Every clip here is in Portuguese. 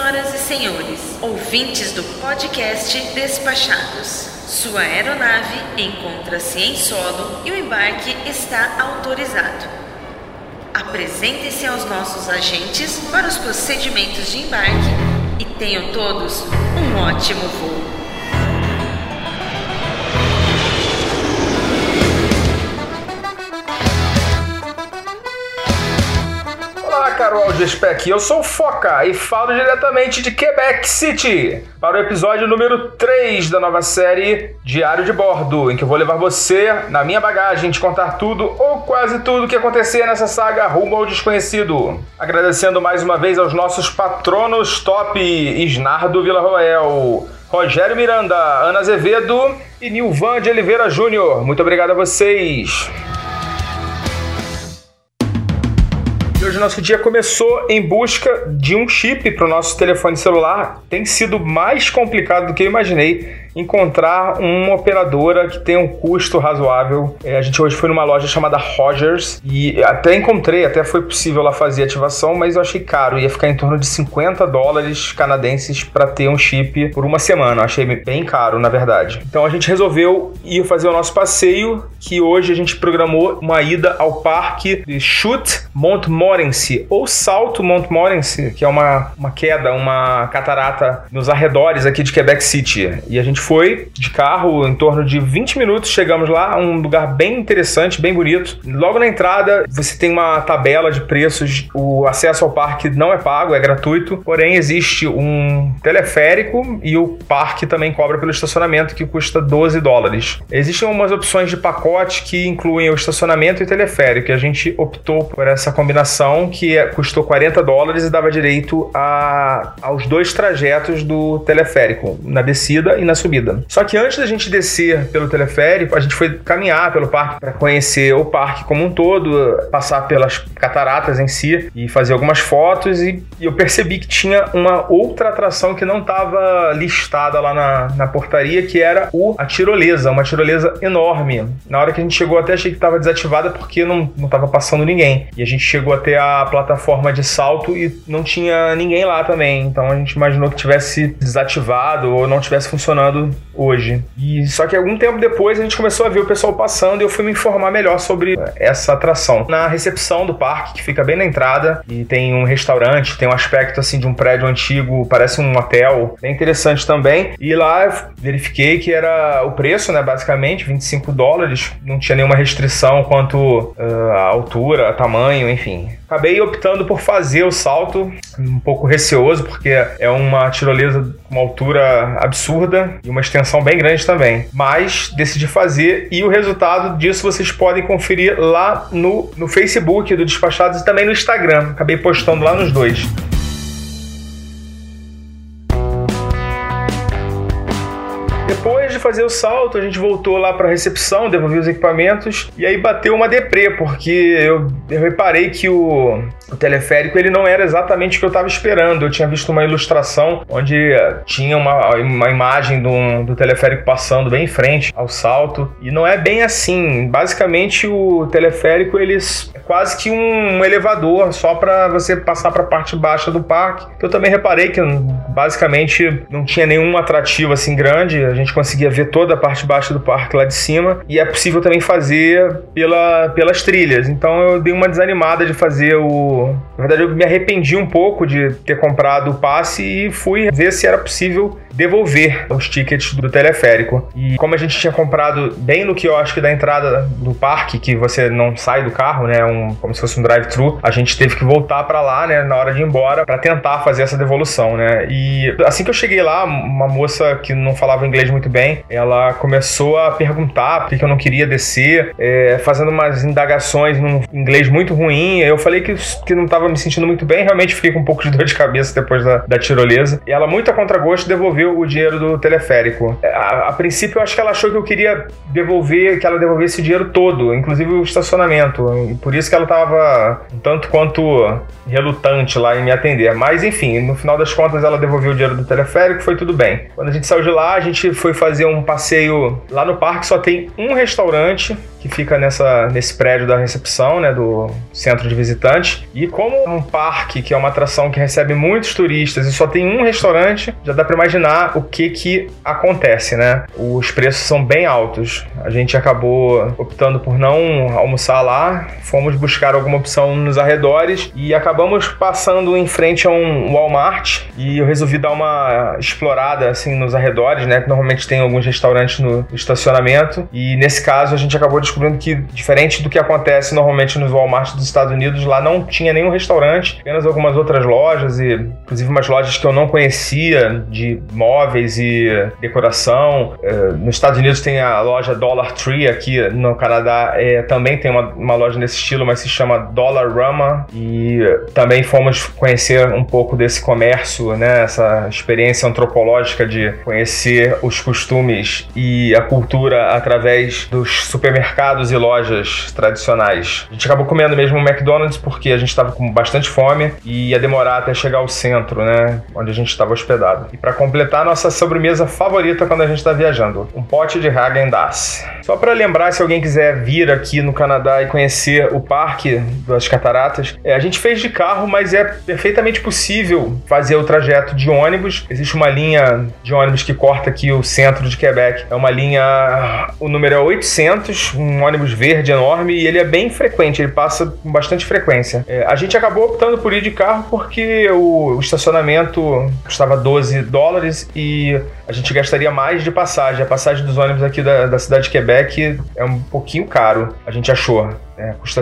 Senhoras e senhores, ouvintes do podcast Despachados, sua aeronave encontra-se em solo e o embarque está autorizado. Apresentem-se aos nossos agentes para os procedimentos de embarque e tenham todos um ótimo voo. Olá, caro Audiespec, eu sou o Foca e falo diretamente de Quebec City para o episódio número 3 da nova série Diário de Bordo, em que eu vou levar você, na minha bagagem, te contar tudo ou quase tudo que acontecer nessa saga rumo ao desconhecido. Agradecendo mais uma vez aos nossos patronos top, Isnardo Villarroel, Rogério Miranda, Ana Azevedo e Nilvan de Oliveira Júnior. Muito obrigado a vocês. Hoje nosso dia começou em busca de um chip para o nosso telefone celular. Tem sido mais complicado do que eu imaginei encontrar uma operadora que tenha um custo razoável. A gente hoje foi numa loja chamada Rogers e até encontrei, até foi possível lá fazer a ativação, mas eu achei caro. Ia ficar em torno de $50 canadenses para ter um chip por uma semana. Eu achei bem caro, na verdade. Então a gente resolveu ir fazer o nosso passeio, que hoje a gente programou uma ida ao parque de Chute Montmorency, ou Salto Montmorency, que é uma queda, uma catarata nos arredores aqui de Quebec City. E a gente foi de carro, em torno de 20 minutos, chegamos lá, um lugar bem interessante, bem bonito. Logo na entrada, você tem uma tabela de preços, o acesso ao parque não é pago, é gratuito, porém existe um teleférico e o parque também cobra pelo estacionamento, que custa $12. Existem umas opções de pacote que incluem o estacionamento e o teleférico, e a gente optou por essa combinação, que custou $40 e dava direito aos 2 trajetos do teleférico, na descida e na subida. Só que antes da gente descer pelo teleférico, a gente foi caminhar pelo parque para conhecer o parque como um todo, passar pelas cataratas em si e fazer algumas fotos, e eu percebi que tinha uma outra atração que não estava listada lá na portaria, que era a tirolesa, uma tirolesa enorme. Na hora que a gente chegou, até achei que estava desativada porque não estava passando ninguém. E a gente chegou até a plataforma de salto e não tinha ninguém lá também. Então a gente imaginou que tivesse desativado ou não tivesse funcionando hoje. E só que algum tempo depois a gente começou a ver o pessoal passando e eu fui me informar melhor sobre essa atração. Na recepção do parque, que fica bem na entrada, e tem um restaurante, tem um aspecto assim de um prédio antigo, parece um hotel, bem interessante também. E lá verifiquei que era o preço, né, basicamente $25, não tinha nenhuma restrição quanto a altura, tamanho, enfim. Acabei optando por fazer o salto, um pouco receoso, porque é uma tirolesa com uma altura absurda e uma extensão bem grande também. Mas decidi fazer, e o resultado disso vocês podem conferir lá no Facebook do Despachados e também no Instagram. Acabei postando lá nos dois. Depois de fazer o salto, a gente voltou lá para a recepção, devolveu os equipamentos, e aí bateu uma deprê, porque eu reparei que o teleférico ele não era exatamente o que eu estava esperando. Eu tinha visto uma ilustração onde tinha uma imagem do teleférico passando bem em frente ao salto, e não é bem assim. Basicamente o teleférico é quase que um elevador só para você passar para a parte baixa do parque. Eu também reparei que basicamente não tinha nenhum atrativo assim grande. A gente conseguia ver toda a parte baixa do parque lá de cima, e é possível também fazer pelas trilhas. Então eu dei uma desanimada de fazer na verdade eu me arrependi um pouco de ter comprado o passe e fui ver se era possível devolver os tickets do teleférico. E como a gente tinha comprado bem no quiosque da entrada do parque, que você não sai do carro, né, como se fosse um drive-thru, a gente teve que voltar para lá, né, na hora de ir embora, para tentar fazer essa devolução, né. E assim que eu cheguei lá, uma moça que não falava inglês muito bem, ela começou a perguntar por que eu não queria descer, fazendo umas indagações num inglês muito ruim. Eu falei que não estava me sentindo muito bem, realmente fiquei com um pouco de dor de cabeça depois da tirolesa. E ela, muito a contragosto, devolveu devolveu o dinheiro do teleférico. A princípio, eu acho que ela achou que eu queria que ela devolvesse o dinheiro todo, inclusive o estacionamento. E por isso que ela estava um tanto quanto relutante lá em me atender. Mas, enfim, no final das contas, ela devolveu o dinheiro do teleférico, foi tudo bem. Quando a gente saiu de lá, a gente foi fazer um passeio lá no parque, só tem um restaurante que fica nesse prédio da recepção, né, do centro de visitantes. E como é um parque, que é uma atração que recebe muitos turistas e só tem um restaurante, já dá para imaginar o que acontece, né? Os preços são bem altos. A gente acabou optando por não almoçar lá, fomos buscar alguma opção nos arredores e acabamos passando em frente a um Walmart e eu resolvi dar uma explorada assim nos arredores, né, que normalmente tem alguns restaurantes no estacionamento, e nesse caso a gente acabou descobrindo que, diferente do que acontece normalmente nos Walmart dos Estados Unidos, lá não tinha nenhum restaurante, apenas algumas outras lojas, e inclusive umas lojas que eu não conhecia, de móveis e decoração. Nos Estados Unidos tem a loja Dollar Tree, aqui no Canadá também tem uma loja nesse estilo, mas se chama Dollarama, e também fomos conhecer um pouco desse comércio, né, essa experiência antropológica de conhecer os costumes e a cultura através dos supermercados e lojas tradicionais. A gente acabou comendo mesmo um McDonald's porque a gente estava com bastante fome e ia demorar até chegar ao centro, né, onde a gente estava hospedado. E para completar, nossa sobremesa favorita quando a gente está viajando, um pote de Häagen-Dazs. Só para lembrar, se alguém quiser vir aqui no Canadá e conhecer o Parque das Cataratas, a gente fez de carro, mas é perfeitamente possível fazer o trajeto de ônibus. Existe uma linha de ônibus que corta aqui o centro de Quebec. É uma linha, o número é 800, um ônibus verde enorme, e ele é bem frequente, ele passa com bastante frequência. A gente acabou optando por ir de carro porque o estacionamento custava $12 e a gente gastaria mais de passagem. A passagem dos ônibus aqui da cidade de Quebec é um pouquinho caro, a gente achou. Custa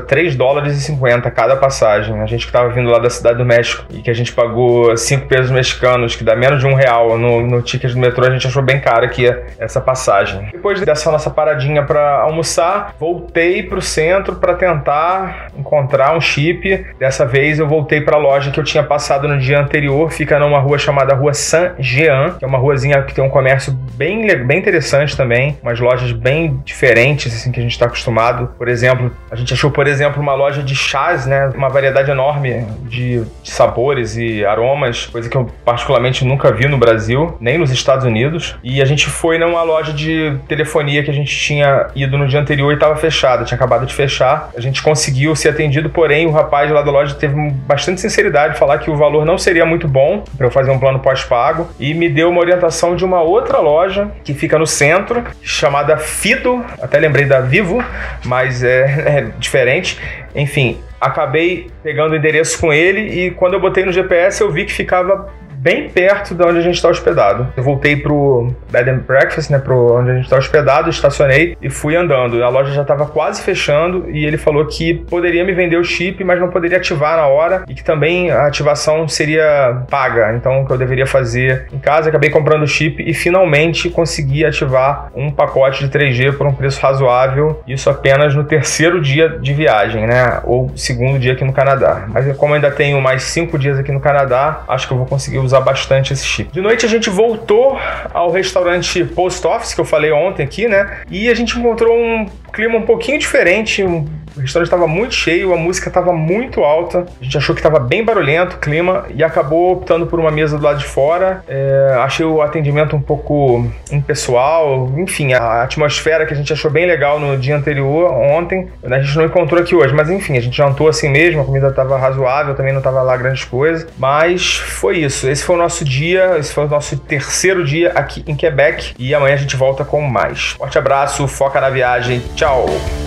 $3,50 cada passagem. A gente que estava vindo lá da Cidade do México e que a gente pagou 5 pesos mexicanos, que dá menos de R$1 no ticket do metrô, a gente achou bem caro aqui essa passagem. Depois dessa nossa paradinha para almoçar, voltei para o centro para tentar encontrar um chip. Dessa vez eu voltei para a loja que eu tinha passado no dia anterior, fica numa rua chamada Rua Saint-Jean, que é uma ruazinha que tem um comércio bem interessante também, umas lojas bem diferentes assim que a gente está acostumado. Por exemplo, a gente achou, por exemplo, uma loja de chás, né? Uma variedade enorme de sabores e aromas, coisa que eu particularmente nunca vi no Brasil, nem nos Estados Unidos. E a gente foi numa loja de telefonia que a gente tinha ido no dia anterior e estava fechada, tinha acabado de fechar. A gente conseguiu ser atendido, porém o rapaz lá da loja teve bastante sinceridade de falar que o valor não seria muito bom para eu fazer um plano pós-pago e me deu uma orientação de uma outra loja que fica no centro, chamada Fido, até lembrei da Vivo, mas é diferente. Enfim, acabei pegando o endereço com ele e quando eu botei no GPS eu vi que ficava bem perto de onde a gente está hospedado. Eu voltei pro Bed and Breakfast, né, pro onde a gente está hospedado, estacionei e fui andando. A loja já estava quase fechando e ele falou que poderia me vender o chip, mas não poderia ativar na hora e que também a ativação seria paga, então o que eu deveria fazer em casa. Acabei comprando o chip e finalmente consegui ativar um pacote de 3G por um preço razoável, isso apenas no terceiro dia de viagem, né, ou segundo dia aqui no Canadá. Mas como ainda tenho mais 5 dias aqui no Canadá, acho que eu vou conseguir usar bastante esse chip. De noite a gente voltou ao restaurante Post Office, que eu falei ontem aqui, né? E a gente encontrou um clima um pouquinho diferente. O restaurante estava muito cheio, a música estava muito alta. A gente achou que estava bem barulhento o clima e acabou optando por uma mesa do lado de fora. Achei o atendimento um pouco impessoal. Enfim, a atmosfera que a gente achou bem legal no dia anterior, ontem, a gente não encontrou aqui hoje. Mas enfim, a gente jantou assim mesmo, a comida estava razoável, também não estava lá grandes coisas. Mas foi isso. Esse foi o nosso dia, esse foi o nosso terceiro dia aqui em Quebec. E amanhã a gente volta com mais. Forte abraço, foca na viagem. Tchau!